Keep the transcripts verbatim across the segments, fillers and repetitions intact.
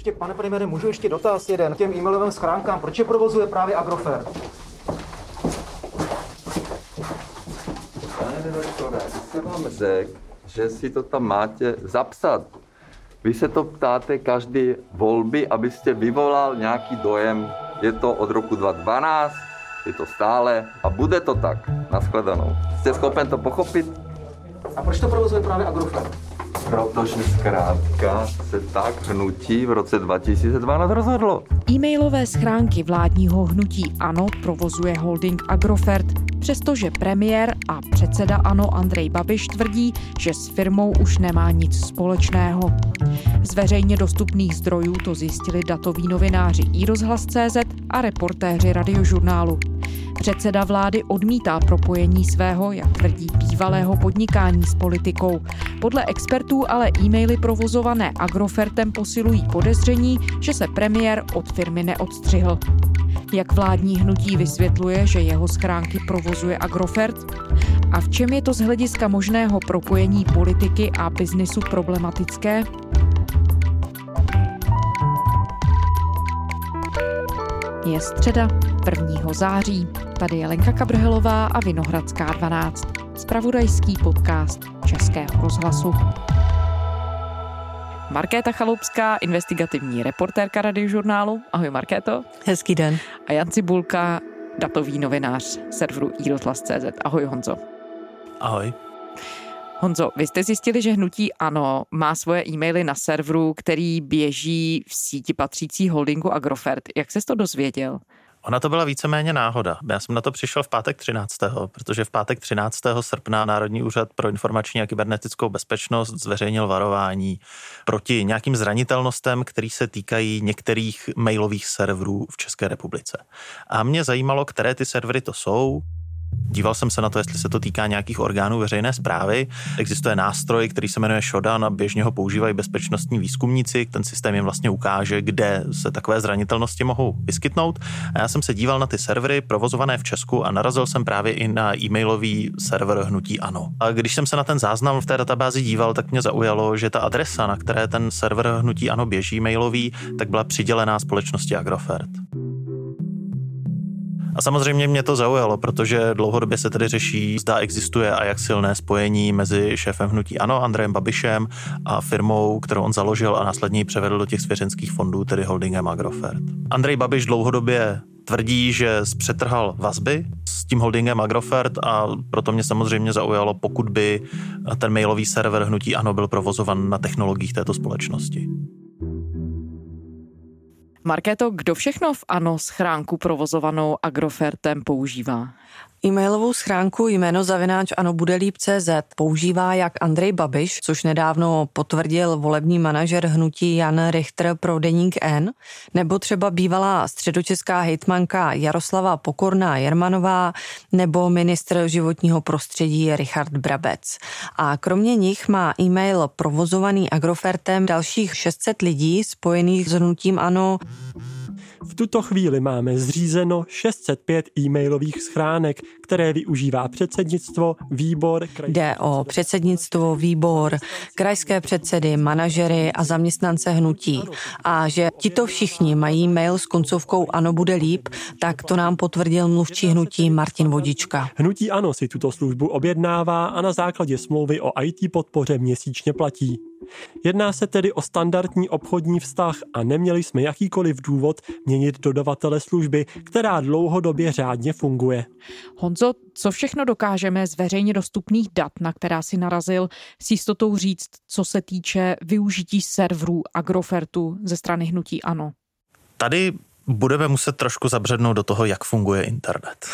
Ještě, pane premiére, můžu ještě dotaz jeden k těm e-mailovým schránkám. Proč je provozuje právě Agrofert? Pane redaktore, jsem vám řekl, že si to tam máte zapsat. Vy se to ptáte každý volby, abyste vyvolal nějaký dojem. Je to od roku dva tisíce dvanáct, je to stále a bude to tak. Nashledanou. Jste schopen to pochopit? A proč to provozuje právě Agrofert? Protože zkrátka se tak hnutí v roce dva tisíce dvanáct rozhodlo. E-mailové schránky vládního hnutí ANO provozuje holding Agrofert, přestože premiér a předseda ANO Andrej Babiš tvrdí, že s firmou už nemá nic společného. Z veřejně dostupných zdrojů to zjistili datoví novináři iRozhlas tečka cé zet a reportéři Radiožurnálu. Předseda vlády odmítá propojení svého, jak tvrdí, bývalého podnikání s politikou. Podle expertů ale e-maily provozované Agrofertem posilují podezření, že se premiér od firmy neodstřihl. Jak vládní hnutí vysvětluje, že jeho schránky provozuje Agrofert? A v čem je to z hlediska možného propojení politiky a biznisu problematické? Je středa, prvního září. Tady je Lenka Kabrhelová a Vinohradská dvanáct. Zpravodajský podcast Českého rozhlasu. Markéta Chaloupská, investigativní reportérka Radiožurnálu. Ahoj Markéto. Hezký den. A Jan Cibulka, datový novinář serveru iRozhlas tečka cé zet. Ahoj Honzo. Ahoj. Honzo, vy jste zjistili, že hnutí ANO má svoje e-maily na serveru, který běží v síti patřící holdingu Agrofert. Jak ses to dozvěděl? Ona to byla víceméně náhoda. Já jsem na to přišel v pátek třináctého protože v pátek třináctého srpna Národní úřad pro informační a kybernetickou bezpečnost zveřejnil varování proti nějakým zranitelnostem, které se týkají některých mailových serverů v České republice. A mě zajímalo, které ty servery to jsou. Díval jsem se na to, jestli se to týká nějakých orgánů veřejné správy. Existuje nástroj, který se jmenuje Shodan a běžně ho používají bezpečnostní výzkumníci. Ten systém jim vlastně ukáže, kde se takové zranitelnosti mohou vyskytnout. A já jsem se díval na ty servery provozované v Česku a narazil jsem právě i na e-mailový server hnutí ANO. A když jsem se na ten záznam v té databázi díval, tak mě zaujalo, že ta adresa, na které ten server hnutí ANO běží mailový, tak byla přidělená společnosti Agrofert. A samozřejmě mě to zaujalo, protože dlouhodobě se tedy řeší, zda existuje a jak silné spojení mezi šéfem hnutí ANO, Andrejem Babišem, a firmou, kterou on založil a následně ji převedl do těch svěřenských fondů, tedy holdingem Agrofert. Andrej Babiš dlouhodobě tvrdí, že zpřetrhal vazby s tím holdingem Agrofert a proto mě samozřejmě zaujalo, pokud by ten mailový server hnutí ANO byl provozovan na technologiích této společnosti. Markéto, kdo všechno v ANO schránku provozovanou Agrofertem používá? E-mailovou schránku jméno zavináč ano bude líp tečka cé zet používá jak Andrej Babiš, což nedávno potvrdil volební manažer hnutí Jan Richter pro Deník N, nebo třeba bývalá středočeská hejtmanka Jaroslava Pokorná Jermanová nebo ministr životního prostředí Richard Brabec. A kromě nich má e-mail provozovaný Agrofertem dalších šest set lidí spojených s hnutím ANO. V tuto chvíli máme zřízeno šest set pět e-mailových schránek, které využívá předsednictvo, výbor... Jde o předsednictvo, výbor, krajské předsedy, manažery a zaměstnance hnutí. A že tito všichni mají mail s koncovkou ANO bude líp, tak to nám potvrdil mluvčí hnutí Martin Vodička. Hnutí ANO si tuto službu objednává a na základě smlouvy o í té podpoře měsíčně platí. Jedná se tedy o standardní obchodní vztah a neměli jsme jakýkoliv důvod měnit dodavatele služby, která dlouhodobě řádně funguje. Honzo, co všechno dokážeme z veřejně dostupných dat, na která si narazil, s jistotou říct, co se týče využití serverů Agrofertu ze strany hnutí ANO? Tady budeme muset trošku zabřednout do toho, jak funguje internet.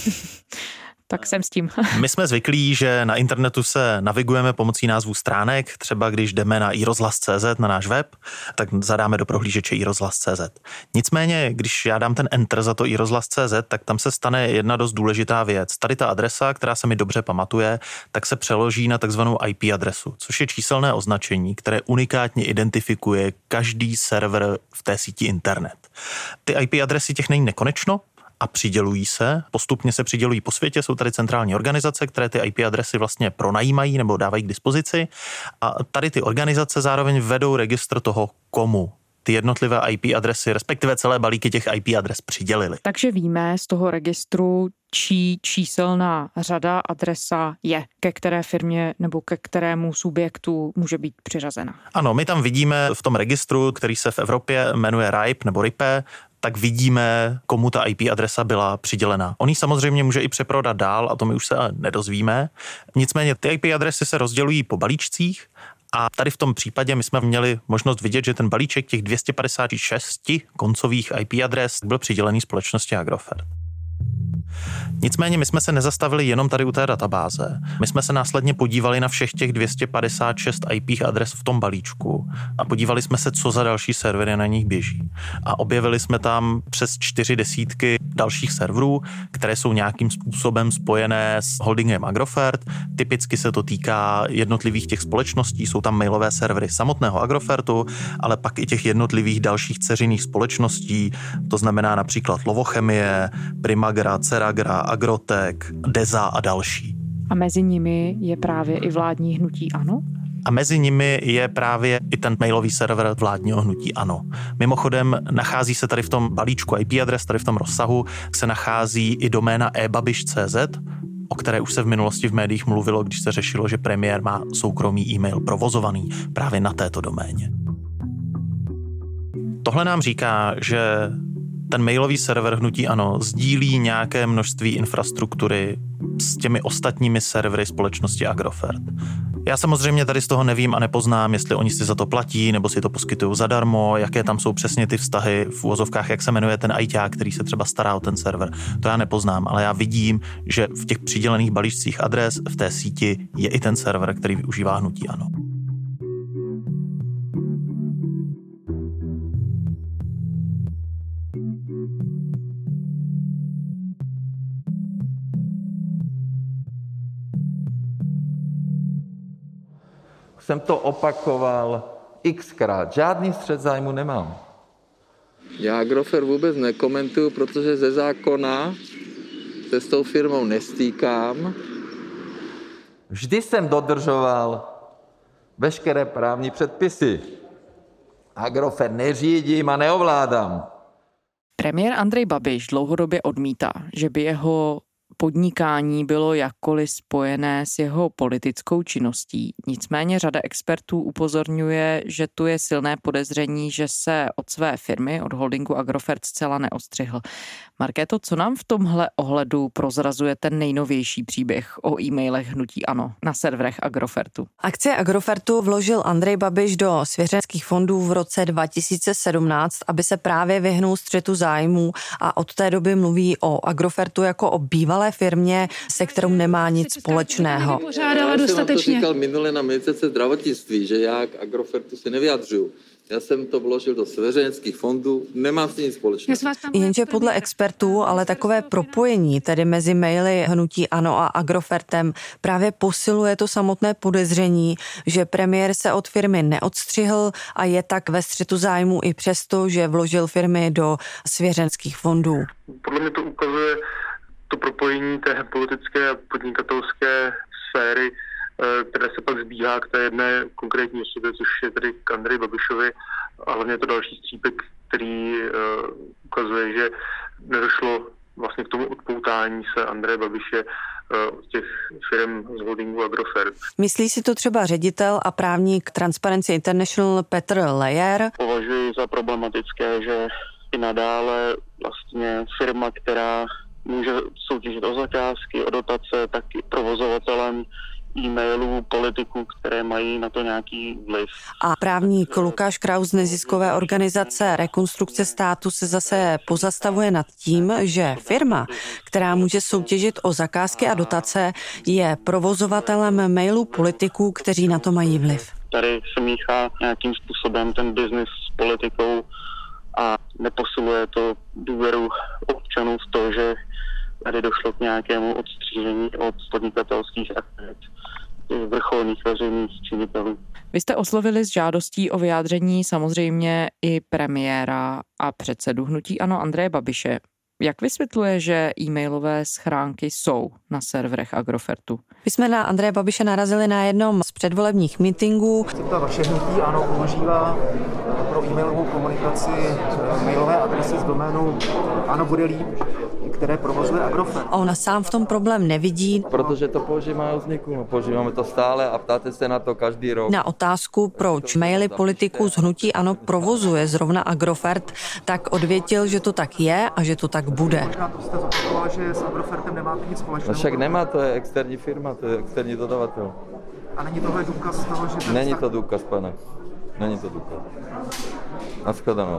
Tak jsem s tím. My jsme zvyklí, že na internetu se navigujeme pomocí názvů stránek, třeba když jdeme na iRozhlas tečka cé zet, na náš web, tak zadáme do prohlížeče iRozhlas tečka cé zet. Nicméně, když já dám ten enter za to iRozhlas tečka cé zet, tak tam se stane jedna dost důležitá věc. Tady ta adresa, která se mi dobře pamatuje, tak se přeloží na takzvanou í pé adresu, což je číselné označení, které unikátně identifikuje každý server v té síti internet. Ty í pé adresy těch není nekonečno, a přidělují se, postupně se přidělují po světě, jsou tady centrální organizace, které ty í pé adresy vlastně pronajímají nebo dávají k dispozici a tady ty organizace zároveň vedou registr toho, komu ty jednotlivé í pé adresy, respektive celé balíky těch í pé adres přidělili. Takže víme z toho registru, čí číselná řada, adresa je, ke které firmě nebo ke kterému subjektu může být přiřazena. Ano, my tam vidíme v tom registru, který se v Evropě jmenuje R I P nebo R I P, tak vidíme, komu ta í pé adresa byla přidělena. On ji samozřejmě může i přeprodat dál a to my už se nedozvíme. Nicméně ty í pé adresy se rozdělují po balíčcích a tady v tom případě my jsme měli možnost vidět, že ten balíček těch dvě stě padesát šest koncových í pé adres byl přidělený společnosti Agrofert. Nicméně my jsme se nezastavili jenom tady u té databáze. My jsme se následně podívali na všech těch dvě stě padesát šest í pé adres v tom balíčku a podívali jsme se, co za další servery na nich běží. A objevili jsme tam přes čtyři desítky dalších serverů, které jsou nějakým způsobem spojené s holdingem Agrofert. Typicky se to týká jednotlivých těch společností, jsou tam mailové servery samotného Agrofertu, ale pak i těch jednotlivých dalších dceřiných společností, to znamená například Lovochemie, Primagra, Ceragra, Agrotec, Deza a další. A mezi nimi je právě i vládní hnutí ANO? A mezi nimi je právě i ten mailový server vládního hnutí ANO. Mimochodem nachází se tady v tom balíčku í pé adres, tady v tom rozsahu, se nachází i doména ebabiš tečka cé zet, o které už se v minulosti v médiích mluvilo, když se řešilo, že premiér má soukromý e-mail provozovaný právě na této doméně. Tohle nám říká, že ten mailový server hnutí ANO sdílí nějaké množství infrastruktury s těmi ostatními servery společnosti Agrofert. Já samozřejmě tady z toho nevím a nepoznám, jestli oni si za to platí, nebo si to poskytují zadarmo, jaké tam jsou přesně ty vztahy v uvozovkách, jak se jmenuje ten ajťák, který se třeba stará o ten server. To já nepoznám, ale já vidím, že v těch přidělených balíčcích adres v té síti je i ten server, který využívá hnutí ANO. Jsem to opakoval xkrát. Žádný střet zájmu nemám. Já Agrofert vůbec nekomentuju, protože ze zákona se s tou firmou nestýkám. Vždy jsem dodržoval veškeré právní předpisy. Agrofert neřídím a neovládám. Premiér Andrej Babiš dlouhodobě odmítá, že by jeho podnikání bylo jakkoliv spojené s jeho politickou činností. Nicméně řada expertů upozorňuje, že tu je silné podezření, že se od své firmy, od holdingu Agrofert zcela neostřihl. Markéto, co nám v tomhle ohledu prozrazuje ten nejnovější příběh o e-mailech hnutí ANO na serverech Agrofertu? Akcie Agrofertu vložil Andrej Babiš do svěřenských fondů v roce dva tisíce sedmnáct, aby se právě vyhnul střetu zájmů a od té doby mluví o Agrofertu jako o bývalé firmě, se kterou nemá nic společného. Já jsem vám to říkal minule na ministerstvu zdravotnictví, že já k Agrofertu se nevyjadřuju. Já jsem to vložil do svěřeneckých fondů, nemám s tím nic společného. Jenže podle expertů, ale takové propojení, tedy mezi maily hnutí ANO a Agrofertem, právě posiluje to samotné podezření, že premiér se od firmy neodstřihl a je tak ve střetu zájmu i přesto, že vložil firmy do svěřenských fondů. Podle mě to ukazuje to propojení té politické a podnikatelské sféry, které se pak zbíhá k té jedné konkrétní osobě, což je tedy k Andreji Babišovi, a hlavně to další střípek, který uh, ukazuje, že nedošlo vlastně k tomu odpoutání se Andreje Babiše uh, od těch firm z holdingu Agrofert. Myslí si to třeba ředitel a právník Transparency International Petr Lejer. Považuji za problematické, že i nadále vlastně firma, která může soutěžit o zakázky, o dotace, tak i provozovatelem e-mailů politiků, které mají na to nějaký vliv. A právník Lukáš Kraus z neziskové organizace Rekonstrukce státu se zase pozastavuje nad tím, že firma, která může soutěžit o zakázky a dotace, je provozovatelem mailů politiků, kteří na to mají vliv. Tady se míchá nějakým způsobem ten biznis s politikou a neposiluje to důvěru občanů v to, že tady došlo k nějakému odstřížení od podnikatelských aktivit vrcholných veřejných činitelů. Vy jste oslovili s žádostí o vyjádření samozřejmě i premiéra a předsedu hnutí ANO Andreje Babiše. Jak vysvětluje, že e-mailové schránky jsou na serverech Agrofertu? My jsme na Andreje Babiše narazili na jednom z předvolebních mítinků. Ta vaše hnutí ANO používá pro e-mailovou komunikaci mailové adresy z doménu Ano bude líp, které provozuje Agrofert. A ona sám v tom problém nevidí. Protože to používáme vzniku, používáme to stále a ptáte se na to každý rok. Na otázku, proč maily politiků z hnutí ANO provozuje zrovna Agrofert, tak odvětil, že to tak je a že to tak bude. Možná to jste zopakoval, že s Agrofertem nemáte nic společného. No však nemá, to je externí firma, to je externí dodavatel. A není tohle důkaz toho, že... Není vztah... to důkaz, pane. Není to důkaz. Nashledanou.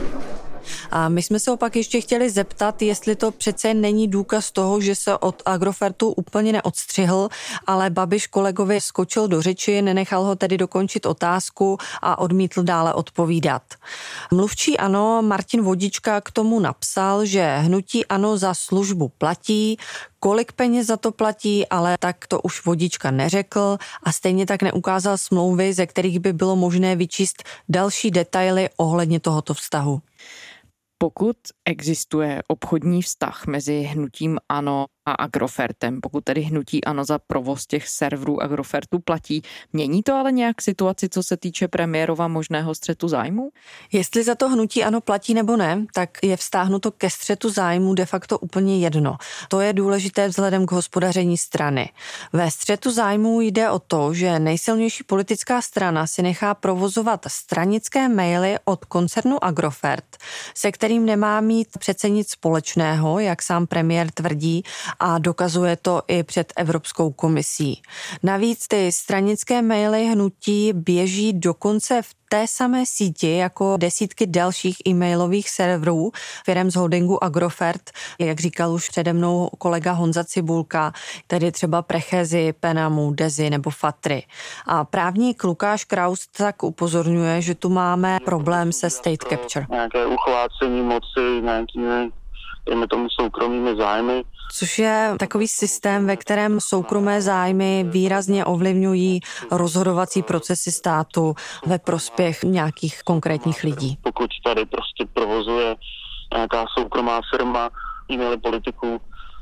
A my jsme se opak ještě chtěli zeptat, jestli to přece není důkaz toho, že se od Agrofertu úplně neodstřihl, ale Babiš kolegovi skočil do řeči, nenechal ho tedy dokončit otázku a odmítl dále odpovídat. Mluvčí ANO Martin Vodička k tomu napsal, že hnutí ANO za službu platí, kolik peněz za to platí, ale tak to už Vodička neřekl a stejně tak neukázal smlouvy, ze kterých by bylo možné vyčíst další detaily ohledně tohoto vztahu. Pokud existuje obchodní vztah mezi hnutím ANO a Agrofertem, pokud tedy hnutí ANO za provoz těch serverů Agrofertu platí, mění to ale nějak situaci, co se týče premiérova možného střetu zájmu? Jestli za to hnutí ANO platí nebo ne, tak je vztáhnuto ke střetu zájmu de facto úplně jedno. To je důležité vzhledem k hospodaření strany. Ve střetu zájmu jde o to, že nejsilnější politická strana si nechá provozovat stranické maily od koncernu Agrofert, se kterým nemá mít přece nic společného, jak sám premiér tvrdí, a dokazuje to i před Evropskou komisí. Navíc ty stranické maily hnutí běží dokonce v té samé síti jako desítky dalších e-mailových serverů firem z holdingu Agrofert, jak říkal už přede mnou kolega Honza Cibulka, tedy třeba Prechezy, Penamu, Dezy nebo Fatry. A právník Lukáš Kraus tak upozorňuje, že tu máme problém se state capture. Nějaké uchvácení moci, nějakými, dejme tomu, soukromými zájmy. Což je takový systém, ve kterém soukromé zájmy výrazně ovlivňují rozhodovací procesy státu ve prospěch nějakých konkrétních lidí. Pokud tady prostě provozuje nějaká soukromá firma e-maily politiků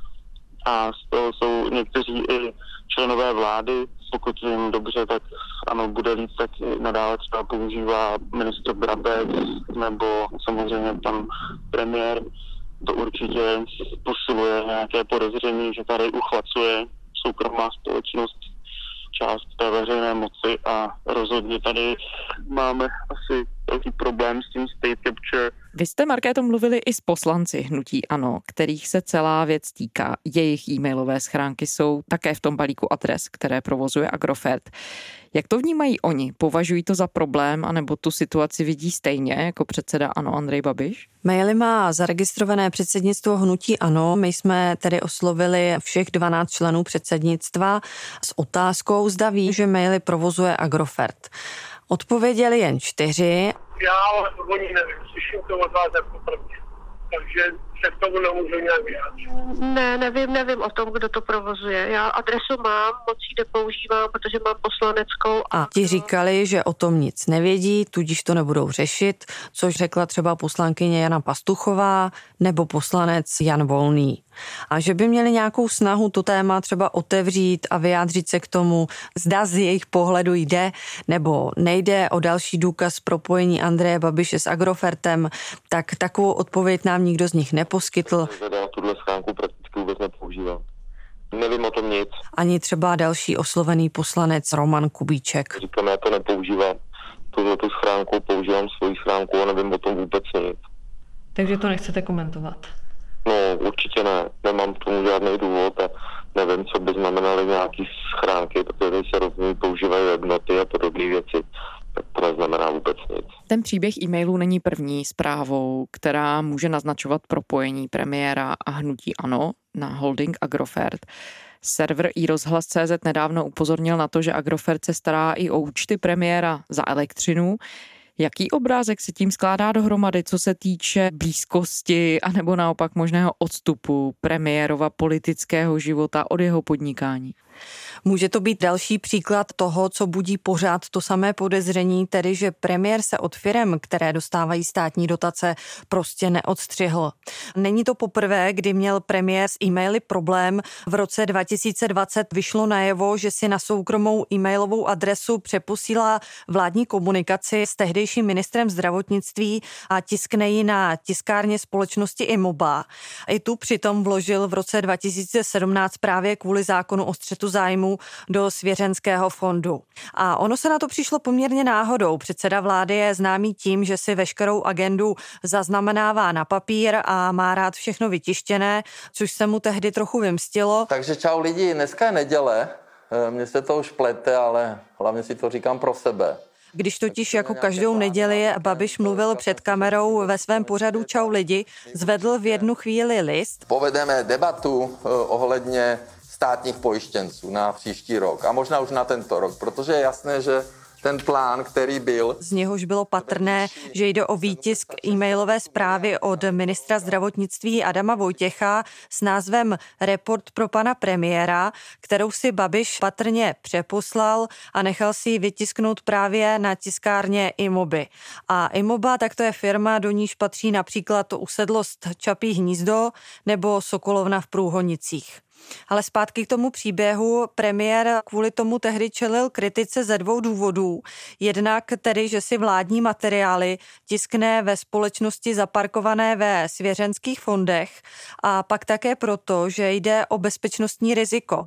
a z toho jsou někteří i členové vlády, pokud vím dobře, tak ano, bude líp, tak nadále třeba používá ministr Brabec nebo samozřejmě pan premiér. To určitě posiluje nějaké podezření, že tady uchvacuje soukromá společnost část té veřejné moci a rozhodně tady máme asi velký problém s tím state capture. Vy jste, Markéto, mluvili i s poslanci hnutí ANO, kterých se celá věc týká. Jejich e-mailové schránky jsou také v tom balíku adres, které provozuje Agrofert. Jak to vnímají oni? Považují to za problém, anebo tu situaci vidí stejně jako předseda ANO Andrej Babiš? Maily má zaregistrované předsednictvo hnutí ANO. My jsme tedy oslovili všech dvanáct členů předsednictva s otázkou, zda ví, že maily provozuje Agrofert. Odpověděli jen čtyři. Já ale o ní nevím, slyším to od vás jako první, takže se k tomu nemůžu nějak vyjádřit. Ne, nevím, nevím o tom, kdo to provozuje. Já adresu mám, moc ji nepoužívám, protože mám poslaneckou. A ti říkali, že o tom nic nevědí, tudíž to nebudou řešit, což řekla třeba poslankyně Jana Pastuchová nebo poslanec Jan Volný. A že by měli nějakou snahu to téma třeba otevřít a vyjádřit se k tomu, zda z jejich pohledu jde nebo nejde o další důkaz propojení Andreje Babiše s Agrofertem, tak takovou odpověď nám nikdo z nich neposkytl. Tuhle schránku prakticky vůbec nepoužívám. Nevím o tom nic. Ani třeba další oslovený poslanec Roman Kubíček. Říkám, já to nepoužívám. Tuhle tu schránku používám svoji schránku a nevím o tom vůbec nic. Takže to nechcete komentovat? No, určitě ne. Nemám k tomu žádný důvod a nevím, co by znamenaly nějaký schránky, protože se rozumí, používají jednoty a podobné věci. Tak to neznamená vůbec nic. Ten příběh e-mailů není první zprávou, která může naznačovat propojení premiéra a hnutí ANO na holding Agrofert. Server iRozhlas tečka cé zet nedávno upozornil na to, že Agrofert se stará i o účty premiéra za elektřinu. Jaký obrázek se tím skládá dohromady, co se týče blízkosti anebo naopak možného odstupu premiérova politického života od jeho podnikání? Může to být další příklad toho, co budí pořád to samé podezření, tedy že premiér se od firem, které dostávají státní dotace, prostě neodstřihl. Není to poprvé, kdy měl premiér s e-maily problém. V roce dva tisíce dvacet vyšlo najevo, že si na soukromou e-mailovou adresu přeposílá vládní komunikaci s tehdejším ministrem zdravotnictví a tiskne ji na tiskárně společnosti Imoba. I tu přitom vložil v roce dva tisíce sedmnáct právě kvůli zákonu o střetu zájmů do svěřenského fondu. A ono se na to přišlo poměrně náhodou. Předseda vlády je známý tím, že si veškerou agendu zaznamenává na papír a má rád všechno vytištěné, což se mu tehdy trochu vymstilo. Takže čau lidi, dneska je neděle, mně se to už plete, ale hlavně si to říkám pro sebe. Když totiž jako každou neděli Babiš mluvil před kamerou ve svém pořadu Čau lidi, zvedl v jednu chvíli list. Povedeme debatu ohledně státních pojištěnců na příští rok a možná už na tento rok, protože je jasné, že ten plán, který byl... Z něhož bylo patrné, že jde o výtisk e-mailové zprávy od ministra zdravotnictví Adama Vojtěcha s názvem Report pro pana premiéra, kterou si Babiš patrně přeposlal a nechal si ji vytisknout právě na tiskárně Imoby. A Imoba, tak to je firma, do níž patří například usedlost Čapí hnízdo nebo Sokolovna v Průhonicích. Ale zpátky k tomu příběhu. Premiér kvůli tomu tehdy čelil kritice ze dvou důvodů. Jednak tedy, že si vládní materiály tiskne ve společnosti zaparkované ve svěřenských fondech a pak také proto, že jde o bezpečnostní riziko.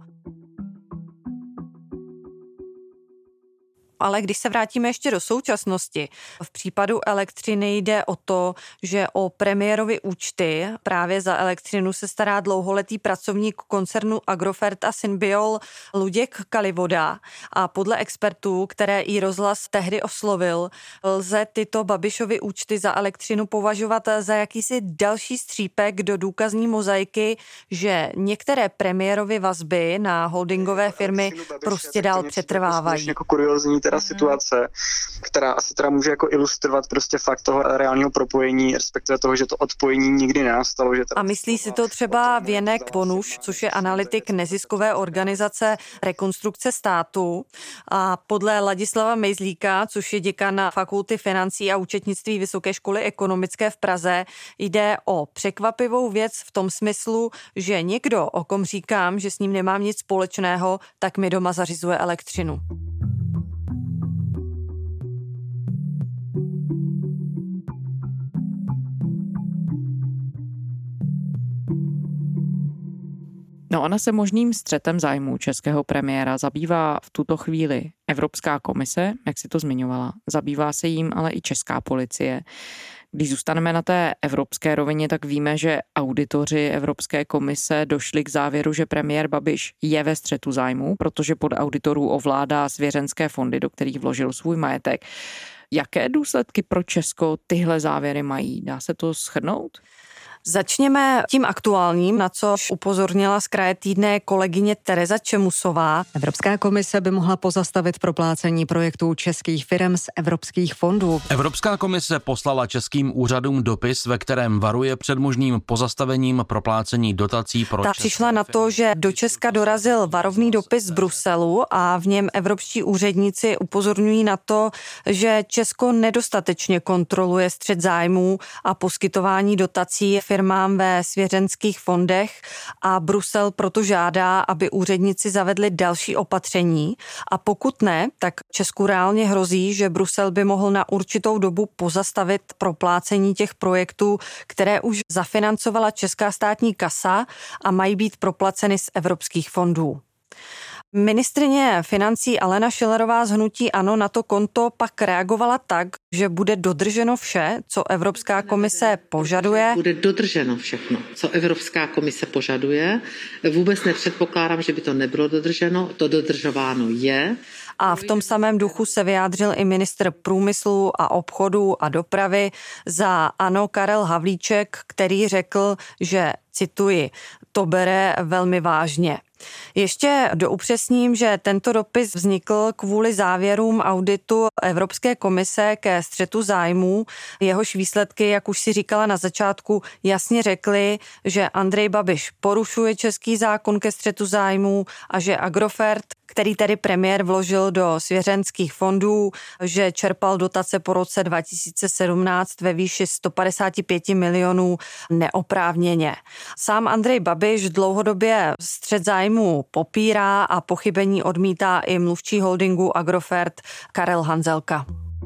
Ale když se vrátíme ještě do současnosti, v případu elektřiny jde o to, že o premiérovy účty právě za elektřinu se stará dlouholetý pracovník koncernu Agrofert a Synbiol Luděk Kalivoda a podle expertů, které i rozhlas tehdy oslovil, lze tyto Babišovy účty za elektřinu považovat za jakýsi další střípek do důkazní mozaiky, že některé premiérovy vazby na holdingové firmy prostě dál přetrvávají. Jako kuriózní teda situace, která asi teda může jako ilustrovat prostě fakt toho reálního propojení, respektive toho, že to odpojení nikdy nenastalo. Že a myslí si to třeba Věnek Bonuš, což je analytik neziskové organizace Rekonstrukce státu, a podle Ladislava Mejzlíka, což je děkan Fakulty financí a účetnictví Vysoké školy ekonomické v Praze, jde o překvapivou věc v tom smyslu, že někdo, o kom říkám, že s ním nemám nic společného, tak mi doma zařizuje elektřinu. No, ona se možným střetem zájmů českého premiéra zabývá v tuto chvíli Evropská komise, jak si to zmiňovala. Zabývá se jím ale i česká policie. Když zůstaneme na té evropské rovině, tak víme, že auditoři Evropské komise došli k závěru, že premiér Babiš je ve střetu zájmů, protože pod auditorů ovládá svěřenské fondy, do kterých vložil svůj majetek. Jaké důsledky pro Česko tyhle závěry mají? Dá se to shrnout? Začněme tím aktuálním, na což upozornila z kraje týdne kolegyně Tereza Čemusová. Evropská komise by mohla pozastavit proplácení projektů českých firm z evropských fondů. Evropská komise poslala českým úřadům dopis, ve kterém varuje před možným pozastavením proplácení dotací pro Ta přišla na to, že do Česka dorazil varovný dopis z Bruselu a v něm evropští úředníci upozorňují na to, že Česko nedostatečně kontroluje střet zájmů a poskytování dotací firmám ve svěřenských fondech a Brusel proto žádá, aby úředníci zavedli další opatření a pokud ne, tak Česku reálně hrozí, že Brusel by mohl na určitou dobu pozastavit proplácení těch projektů, které už zafinancovala česká státní kasa a mají být proplaceny z evropských fondů. Ministryně financí Alena Schillerová z hnutí ANO na to konto pak reagovala tak, že bude dodrženo vše, co Evropská komise požaduje. Bude dodrženo všechno, co Evropská komise požaduje. Vůbec nepředpokládám, že by to nebylo dodrženo. To dodržováno je. A v tom samém duchu se vyjádřil i ministr průmyslu a obchodu a dopravy za ANO Karel Havlíček, který řekl, že cituji, to bere velmi vážně. Ještě doupřesním, že tento dopis vznikl kvůli závěrům auditu Evropské komise ke střetu zájmů. Jehož výsledky, jak už si říkala na začátku, jasně řekly, že Andrej Babiš porušuje český zákon ke střetu zájmů a že Agrofert, který tedy premiér vložil do svěřenských fondů, že čerpal dotace po roce dva tisíce sedmnáct ve výši sto padesát pět milionů neoprávněně. Sám Andrej Babiš dlouhodobě střet zájmů popírá a pochybení odmítá i mluvčí holdingu Agrofert Karel Hanzelka.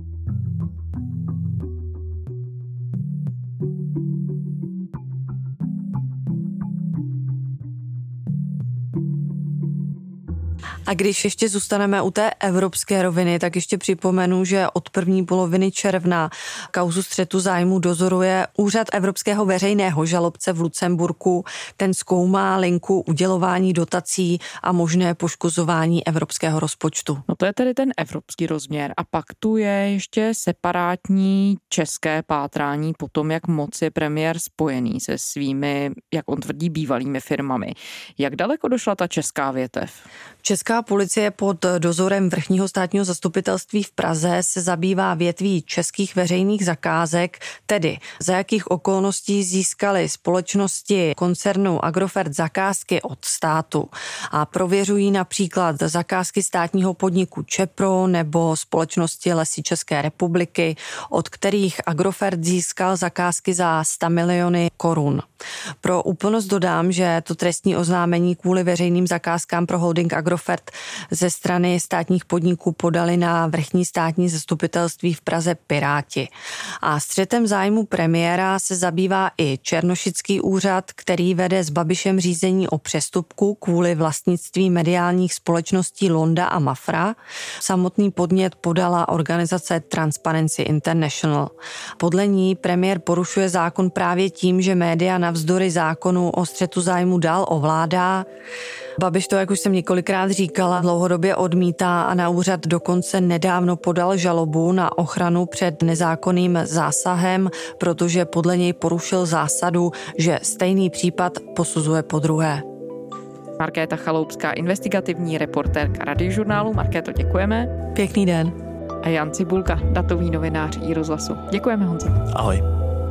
A když ještě zůstaneme u té evropské roviny, tak ještě připomenu, že od první poloviny června kauzu střetu zájmu dozoruje Úřad evropského veřejného žalobce v Lucemburku. Ten zkoumá linku udělování dotací a možné poškozování evropského rozpočtu. No to je tedy ten evropský rozměr. A pak tu je ještě separátní české pátrání po tom, jak moc je premiér spojený se svými, jak on tvrdí, bývalými firmami. Jak daleko došla ta česká větev? Česká policie pod dozorem Vrchního státního zastupitelství v Praze se zabývá větví českých veřejných zakázek, tedy za jakých okolností získaly společnosti koncernu Agrofert zakázky od státu a prověřují například zakázky státního podniku Čepro nebo společnosti Lesy České republiky, od kterých Agrofert získal zakázky za sto miliony korun. Pro úplnost dodám, že to trestní oznámení kvůli veřejným zakázkám pro holding Agrofert ze strany státních podniků podali na Vrchní státní zastupitelství v Praze Piráti. A střetem zájmu premiéra se zabývá i Černošický úřad, který vede s Babišem řízení o přestupku kvůli vlastnictví mediálních společností Londa a Mafra. Samotný podnět podala organizace Transparency International. Podle ní premiér porušuje zákon právě tím, že média navzdory zákonu o střetu zájmu dál ovládá. Babiš to, jak už jsem několikrát říkala, dlouhodobě odmítá a na úřad dokonce nedávno podal žalobu na ochranu před nezákonným zásahem, protože podle něj porušil zásadu, že stejný případ posuzuje podruhé. Markéta Chaloupská, investigativní reportérka Radiožurnálu. Markéto, děkujeme. Pěkný den. A Jan Cibulka, datový novinář iRozhlasu. Děkujeme, Honzo. Ahoj.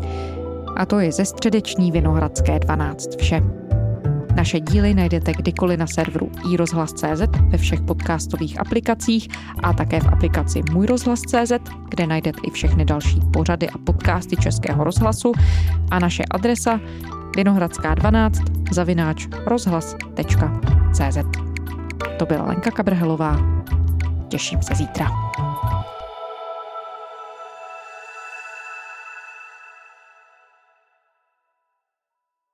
A to je ze středeční Vinohradské dvanáct vše. Naše díly najdete kdykoliv na serveru i rozhlas tečka cé zet, ve všech podcastových aplikacích a také v aplikaci Můj rozhlas tečka cé zet, kde najdete i všechny další pořady a podcasty Českého rozhlasu a naše adresa vinohradská dvanáct zavináč rozhlas tečka cé zet. To byla Lenka Kabrhelová. Těším se zítra.